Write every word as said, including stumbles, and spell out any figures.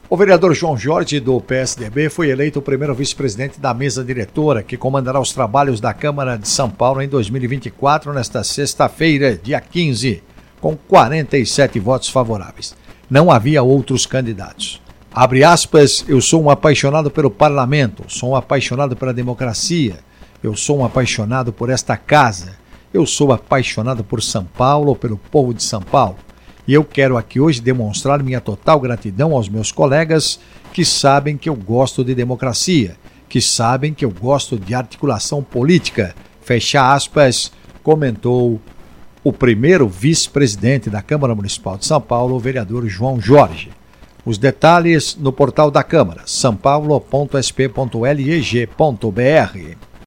O vereador João Jorge, do P S D B, foi eleito o primeiro vice-presidente da mesa diretora, que comandará os trabalhos da Câmara de São Paulo em dois mil e vinte e quatro, nesta sexta-feira, dia quinze, com quarenta e sete votos favoráveis. Não havia outros candidatos. Abre aspas, eu sou um apaixonado pelo parlamento, sou um apaixonado pela democracia, eu sou um apaixonado por esta casa, eu sou apaixonado por São Paulo, pelo povo de São Paulo. E eu quero aqui hoje demonstrar minha total gratidão aos meus colegas que sabem que eu gosto de democracia, que sabem que eu gosto de articulação política. Fecha aspas, comentou o primeiro vice-presidente da Câmara Municipal de São Paulo, o vereador João Jorge. Os detalhes no portal da Câmara, são paulo ponto s p ponto l e g ponto b r.